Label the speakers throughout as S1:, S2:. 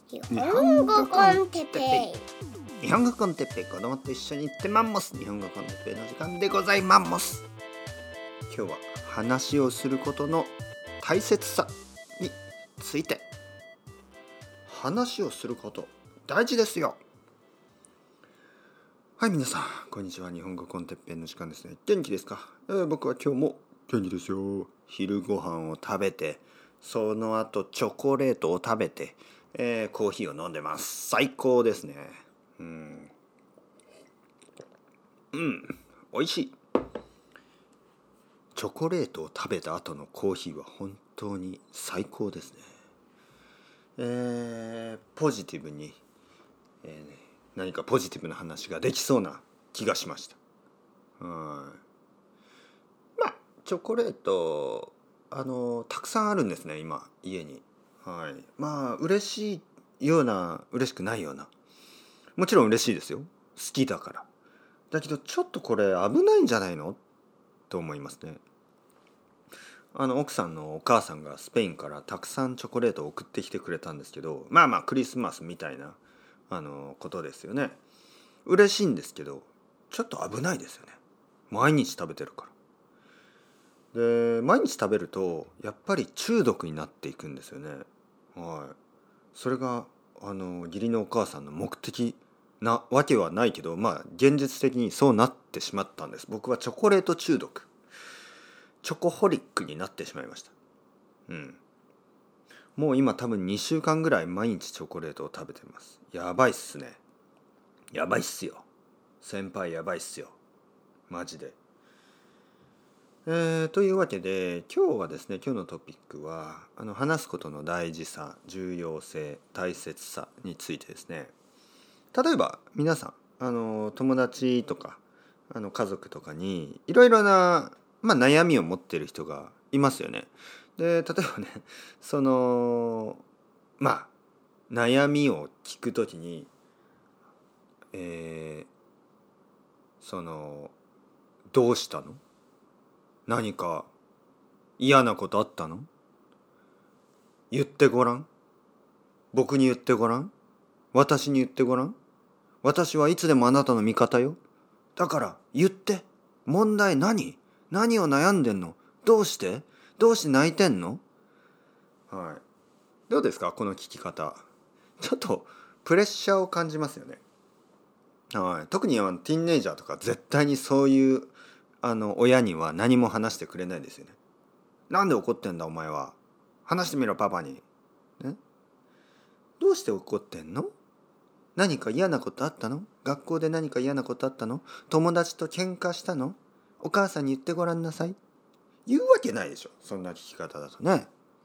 S1: 日本語コンテッペイ。
S2: 日本語コンテッペイ、子供と一緒に行ってマンモス。日本語コンテッペイの時間でございマンモス。今日は話をすることの大切さについて。話をすること大事ですよ。はい、皆さんこんにちは。日本語コンテッペイの時間ですね。元気ですか？僕は今日も元気ですよ。昼ご飯を食べて、その後チョコレートを食べて、コーヒーを飲んでます。最高ですね。美味しい。チョコレートを食べた後のコーヒーは本当に最高ですね。ポジティブに、何かポジティブな話ができそうな気がしました。チョコレートたくさんあるんですね、今家に。嬉しいような嬉しくないような、もちろん嬉しいですよ、好きだから。だけどちょっとこれ危ないんじゃないのと思いますね。奥さんのお母さんがスペインからたくさんチョコレートを送ってきてくれたんですけど、クリスマスみたいなことですよね。嬉しいんですけどちょっと危ないですよね。毎日食べてるから。で毎日食べるとやっぱり中毒になっていくんですよね。それが義理のお母さんの目的なわけはないけど、現実的にそうなってしまったんです。僕はチョコレート中毒、チョコホリックになってしまいました。もう今多分2週間ぐらい毎日チョコレートを食べてます。やばいっすね。やばいっすよ先輩、やばいっすよマジで。というわけで今日はですね、今日のトピックは話すことの大事さ、重要性、大切さについてですね。例えば皆さん友達とか家族とかにいろいろな、悩みを持っている人がいますよね。で例えばね、悩みを聞くときにどうしたの？何か嫌なことあったの？言ってごらん。僕に言ってごらん。私に言ってごらん。私はいつでもあなたの味方よ。だから言って。問題何を悩んでんの？どうして泣いてんの？どうですかこの聞き方。ちょっとプレッシャーを感じますよね。特にティーンエイジャーとか絶対にそういう親には何も話してくれないですよね。なんで怒ってんだお前は。話してみろパパに。どうして怒ってんの？何か嫌なことあったの？学校で何か嫌なことあったの？友達と喧嘩したの？お母さんに言ってごらんなさい。言うわけないでしょ、そんな聞き方だとね。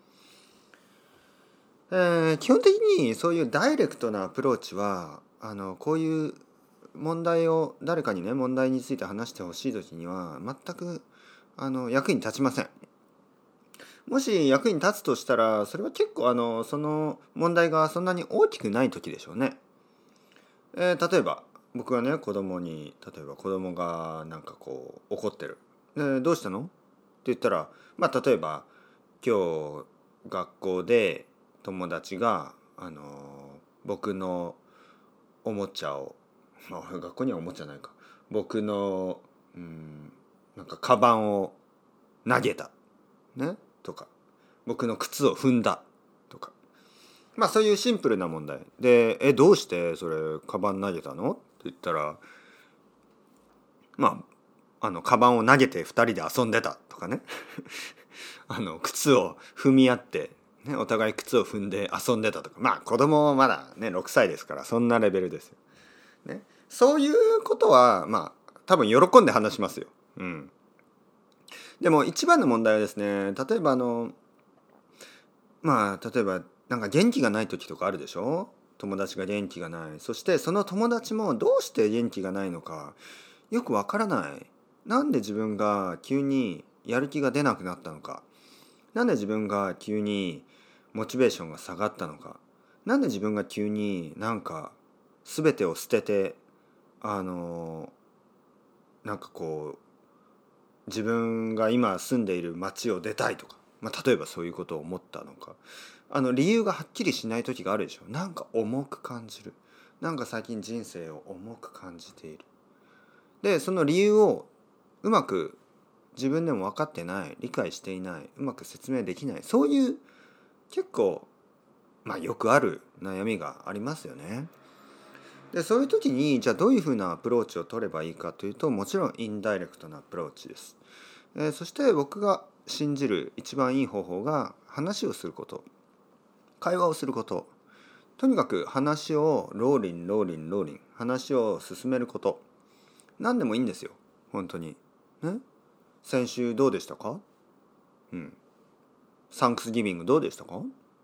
S2: 基本的にそういうダイレクトなアプローチはこういう問題を誰かにね、問題について話してほしい時には全く役に立ちません。もし役に立つとしたらそれは結構その問題がそんなに大きくない時でしょうね。例えば僕はね、子供がなんかこう怒ってる。どうしたのって言ったら、例えば今日学校で友達が僕のおもちゃを、学校にはおもちゃないか、僕のなんかカバンを投げたねとか、僕の靴を踏んだとか、そういうシンプルな問題で、どうしてそれカバン投げたのって言ったら、カバンを投げて2人で遊んでたとかね靴を踏み合ってね、お互い靴を踏んで遊んでたとか、子供まだね6歳ですからそんなレベルですよ、ね、そういうことは多分喜んで話しますよ。でも一番の問題はですね、例えばなんか元気がない時とかあるでしょ。友達が元気がない。そしてその友達もどうして元気がないのかよくわからない。なんで自分が急にやる気が出なくなったのか。なんで自分が急にモチベーションが下がったのか。なんで自分が急になんか全てを捨ててなんかこう自分が今住んでいる町を出たいとか、例えばそういうことを思ったのか。 理由がはっきりしない時があるでしょ。なんか重く感じる。なんか最近人生を重く感じている。でその理由をうまく自分でも分かってない、理解していない、うまく説明できない、そういう結構よくある悩みがありますよね。でそういう時にじゃあどういうふうなアプローチを取ればいいかというと、もちろんインダイレクトなアプローチです。そして僕が信じる一番いい方法が話をすること、会話をすること。とにかく話をローリン話を進めること。何でもいいんですよ本当にね。先週どうでしたか？サンクスギビングどうでしたか？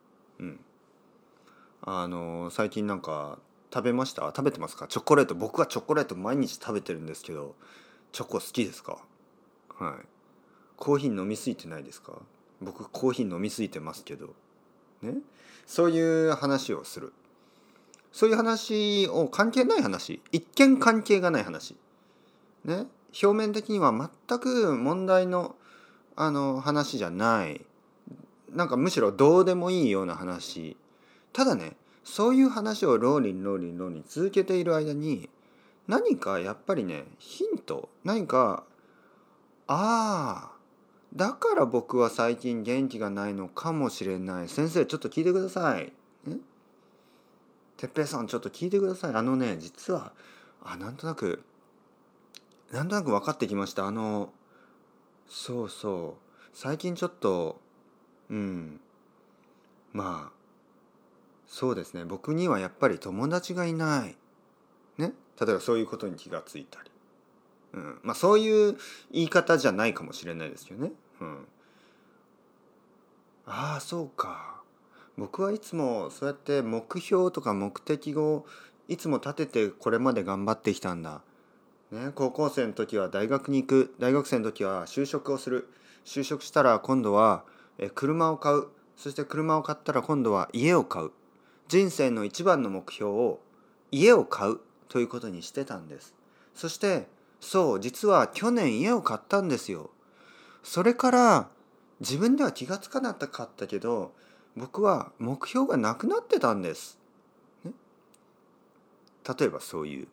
S2: 最近なんか食べてますか？チョコレート。僕はチョコレート毎日食べてるんですけど、チョコ好きですか？はい。コーヒー飲みすぎてないですか？僕コーヒー飲みすぎてますけどね。そういう話をする。そういう話を関係ない話、一見関係がない話ね。表面的には全く問題の話じゃない、なんかむしろどうでもいいような話。ただね、そういう話をローリン続けている間に、何かやっぱりね、ヒント、何か、だから僕は最近元気がないのかもしれない。先生ちょっと聞いてください。てっぺいさんちょっと聞いてください。実はなんとなく分かってきました。そうそう、最近ちょっとそうですね、僕にはやっぱり友達がいないね。例えばそういうことに気がついたり、そういう言い方じゃないかもしれないですよね。そうか。僕はいつもそうやって目標とか目的をいつも立ててこれまで頑張ってきたんだ。ね、高校生の時は大学に行く。大学生の時は就職をする。就職したら今度は車を買う。そして車を買ったら今度は家を買う。人生の一番の目標を家を買うということにしてたんです。そして実は去年家を買ったんですよ。それから自分では気がつかなかったけど、僕は目標がなくなってたんです、ね、例えばそういう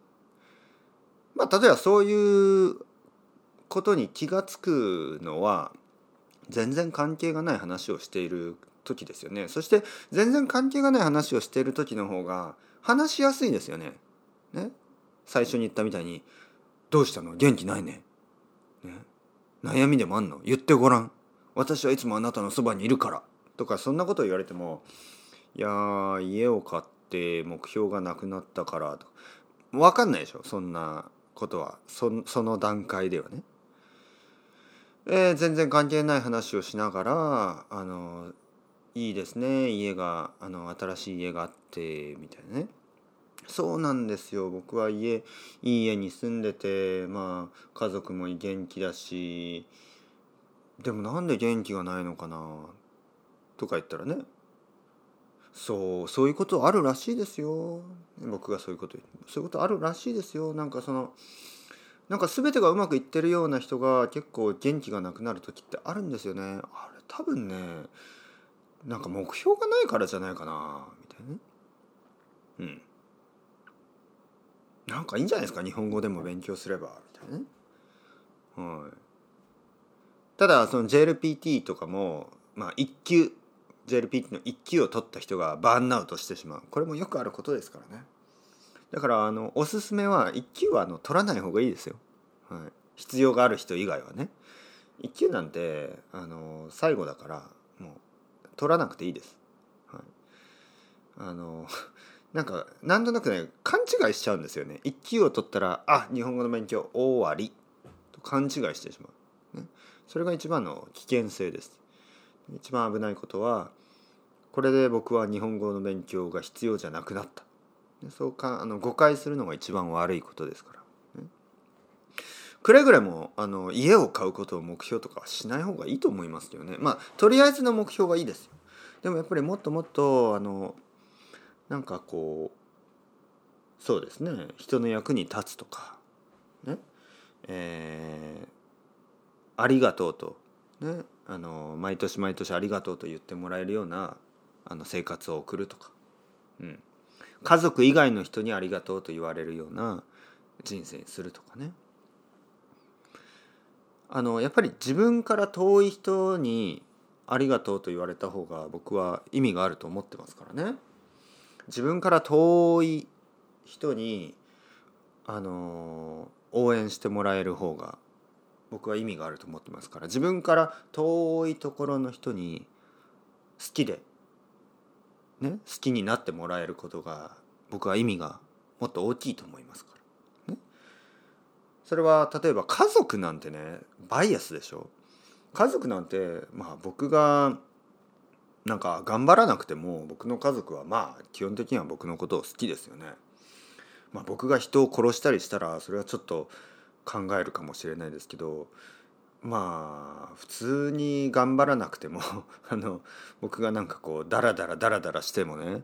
S2: 例えばそういうことに気がつくのは全然関係がない話をしている時ですよね。そして全然関係がない話をしている時の方が話しやすいですよね。最初に言ったみたいにどうしたの？元気ないね。悩みでもあんの？言ってごらん。私はいつもあなたのそばにいるから。とかそんなことを言われても、いやー家を買って目標がなくなったからとか分かんないでしょ、そんなことは。その段階ではね。全然関係ない話をしながらいいですね、新しい家があってみたいなね。そうなんですよ。僕はいい家に住んでて、家族も元気だし、でもなんで元気がないのかなとか言ったらね、そういうことあるらしいですよ。僕がそういうこと言う、そういうことあるらしいですよ。なんか全てがうまくいってるような人が結構元気がなくなる時ってあるんですよね。あれ多分ね、なんか目標がないからじゃないかなみたいなね。なんかいいんじゃないですか、日本語でも勉強すればみたいなね。ただその JLPT とかもJLPT の1級を取った人がバーンアウトしてしまう。これもよくあることですからね。だからおすすめは1級は取らない方がいいですよ。必要がある人以外はね。1級なんて最後だからもう取らなくていいです。なんとなくね、勘違いしちゃうんですよね。1級を取ったら日本語の勉強終わりと勘違いしてしまう、それが一番の危険性です。一番危ないことは、これで僕は日本語の勉強が必要じゃなくなった。そうか誤解するのが一番悪いことですから。くれぐれも家を買うことを目標とかはしない方がいいと思いますよね。とりあえずの目標はいいですよ。でもやっぱりもっともっとなんかこうそうですね、人の役に立つとかね、ありがとうとね、毎年毎年ありがとうと言ってもらえるような生活を送るとか、家族以外の人にありがとうと言われるような人生にするとかね。やっぱり自分から遠い人にありがとうと言われた方が僕は意味があると思ってますからね。自分から遠い人に応援してもらえる方が僕は意味があると思ってますから、自分から遠いところの人に好きで好きになってもらえることが僕は意味がもっと大きいと思いますからね。それは例えば家族なんてね、バイアスでしょ。家族なんて僕がなんか頑張らなくても僕の家族は基本的には僕のことを好きですよね。僕が人を殺したりしたらそれはちょっと考えるかもしれないですけど、普通に頑張らなくても僕がなんかこうダラダラしてもね、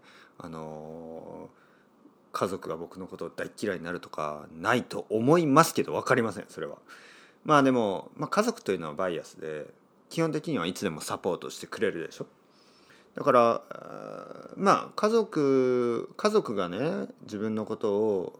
S2: 家族が僕のことを大嫌いになるとかないと思いますけど、分かりませんそれは。でも、家族というのはバイアスで基本的にはいつでもサポートしてくれるでしょ。だから家族がね自分のことを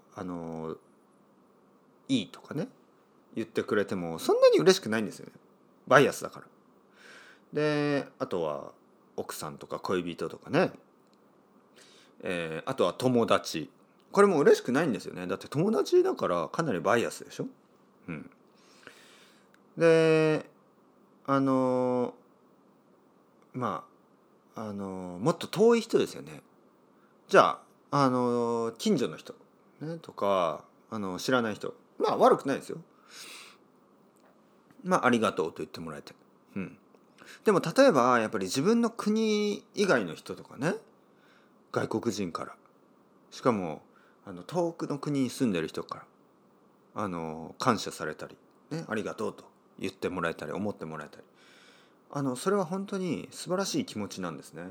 S2: いいとかね言ってくれてもそんなに嬉しくないんですよね。バイアスだから。であとは奥さんとか恋人とかね、あとは友達、これも嬉しくないんですよね。だって友達だからかなりバイアスでしょ。でもっと遠い人ですよね。じゃあ近所の人、ね、とか知らない人、悪くないですよ。ありがとうと言ってもらえて、でも例えばやっぱり自分の国以外の人とかね、外国人から、しかも遠くの国に住んでる人から感謝されたり、ね、ありがとうと言ってもらえたり思ってもらえたり、それは本当に素晴らしい気持ちなんですね。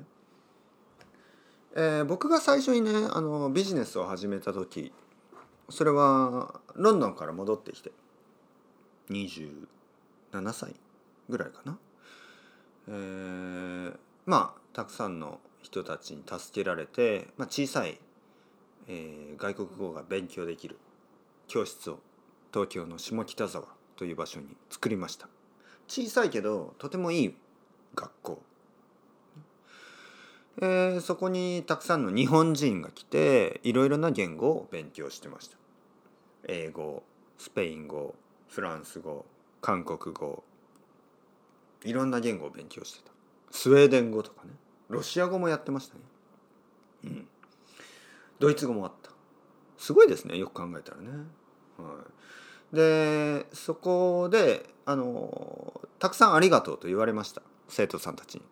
S2: 僕が最初にねビジネスを始めた時、それはロンドンから戻ってきて27歳ぐらいかな。たくさんの人たちに助けられて、小さい、外国語が勉強できる教室を東京の下北沢という場所に作りました。小さいけどとてもいい学校、そこにたくさんの日本人が来ていろいろな言語を勉強してました。英語、スペイン語、フランス語、韓国語、いろんな言語を勉強してた。スウェーデン語とかね、ロシア語もやってましたね。ドイツ語もあった。すごいですね、よく考えたらね。でそこでたくさんありがとうと言われました、生徒さんたちに。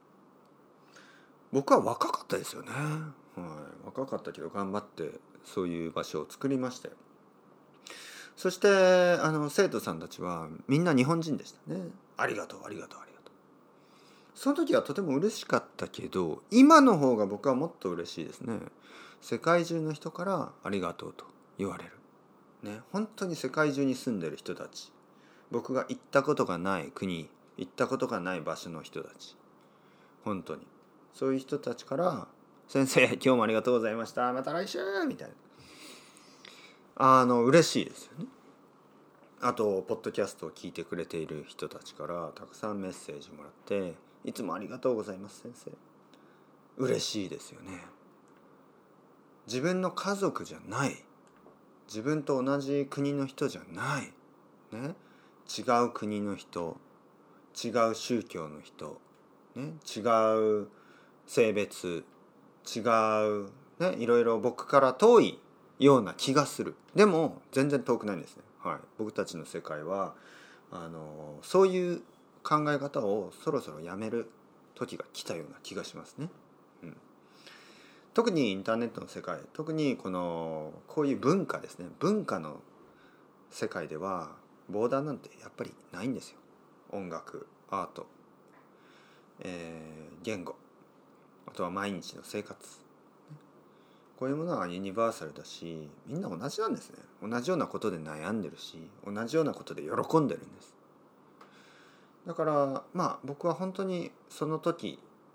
S2: 僕は若かったですよね。若かったけど頑張ってそういう場所を作りましたよ。そして生徒さんたちはみんな日本人でしたね。ありがとうありがとうありがとう。その時はとても嬉しかったけど、今の方が僕はもっと嬉しいですね。世界中の人からありがとうと言われる、ね、本当に世界中に住んでる人たち、僕が行ったことがない国、行ったことがない場所の人たち、本当にそういう人たちから先生今日もありがとうございました、また来週みたいな嬉しいですよね。あとポッドキャストを聞いてくれている人たちからたくさんメッセージもらって、いつもありがとうございます先生、嬉しいですよね。自分の家族じゃない、自分と同じ国の人じゃない、ね、違う国の人、違う宗教の人、ね、違う性別、違う、ね、いろいろ僕から遠いような気がする。でも全然遠くないんですね。僕たちの世界はそういう考え方をそろそろやめる時が来たような気がしますね。特にインターネットの世界、特にこういう文化ですね、文化の世界ではボーダーなんてやっぱりないんですよ。音楽、アート、言語、あとは毎日の生活、こういうものはユニバーサルだし、みんな同じなんですね。同じようなことで悩んでるし、同じようなことで喜んでるんです。だから僕は本当にその時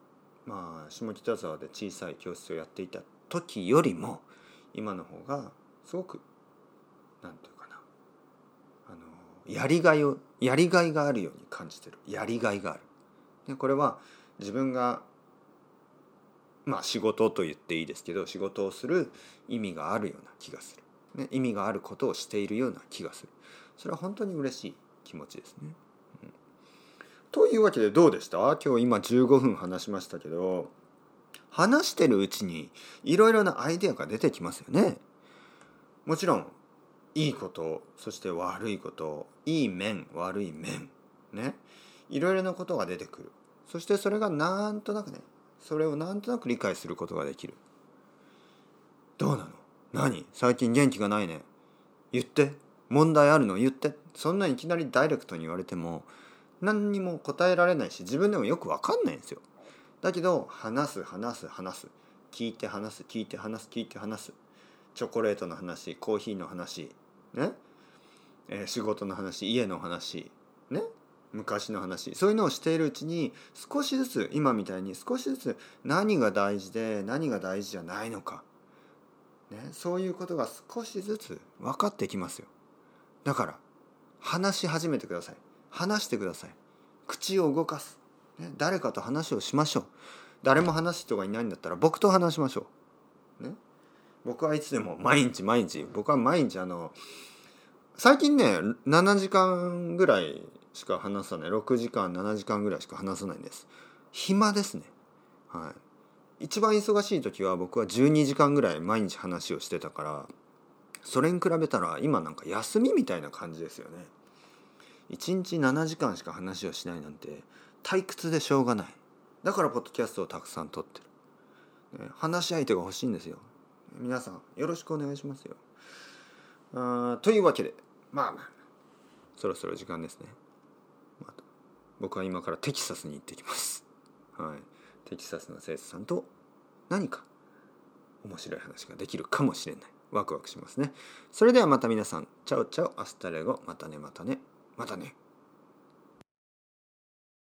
S2: 下北沢で小さい教室をやっていた時よりも今の方がすごくなんていうかな、やりがいがあるように感じてる。やりがいがある。でこれは自分が仕事と言っていいですけど、仕事をする意味があるような気がする、ね、意味があることをしているような気がする。それは本当に嬉しい気持ちですね。というわけでどうでした？今日今15分話しましたけど、話してるうちにいろいろなアイデアが出てきますよね。もちろんいいこと、そして悪いこと、いい面悪い面ね、いろいろなことが出てくる。そしてそれをなんとなく理解することができる。どうなの？何？最近元気がないね。言って。問題あるの？言って。そんないきなりダイレクトに言われても何にも答えられないし、自分でもよく分かんないんですよ。だけど話す、聞いて話す、聞いて話す、聞いて話す。チョコレートの話、コーヒーの話ね、仕事の話、家の話ね、昔の話、そういうのをしているうちに少しずつ、今みたいに少しずつ何が大事で何が大事じゃないのか、ね、そういうことが少しずつ分かってきますよ。だから話し始めてください。話してください。口を動かす、ね、誰かと話をしましょう。誰も話す人がいないんだったら僕と話しましょう、ね、僕はいつでも毎日僕は毎日最近ね7時間ぐらいしか話さない。6時間7時間ぐらいしか話さないんです。暇ですね。はい。一番忙しい時は僕は12時間ぐらい毎日話をしてたから、それに比べたら今なんか休みみたいな感じですよね。1日7時間しか話をしないなんて退屈でしょうがない。だからポッドキャストをたくさん撮ってる。話し相手が欲しいんですよ。皆さんよろしくお願いしますよ。というわけでそろそろ時間ですね。僕は今からテキサスに行ってきます。はい。テキサスの生徒さんと何か面白い話ができるかもしれない。ワクワクしますね。それではまた皆さん、チャオチャオ、アスタレゴ、またね。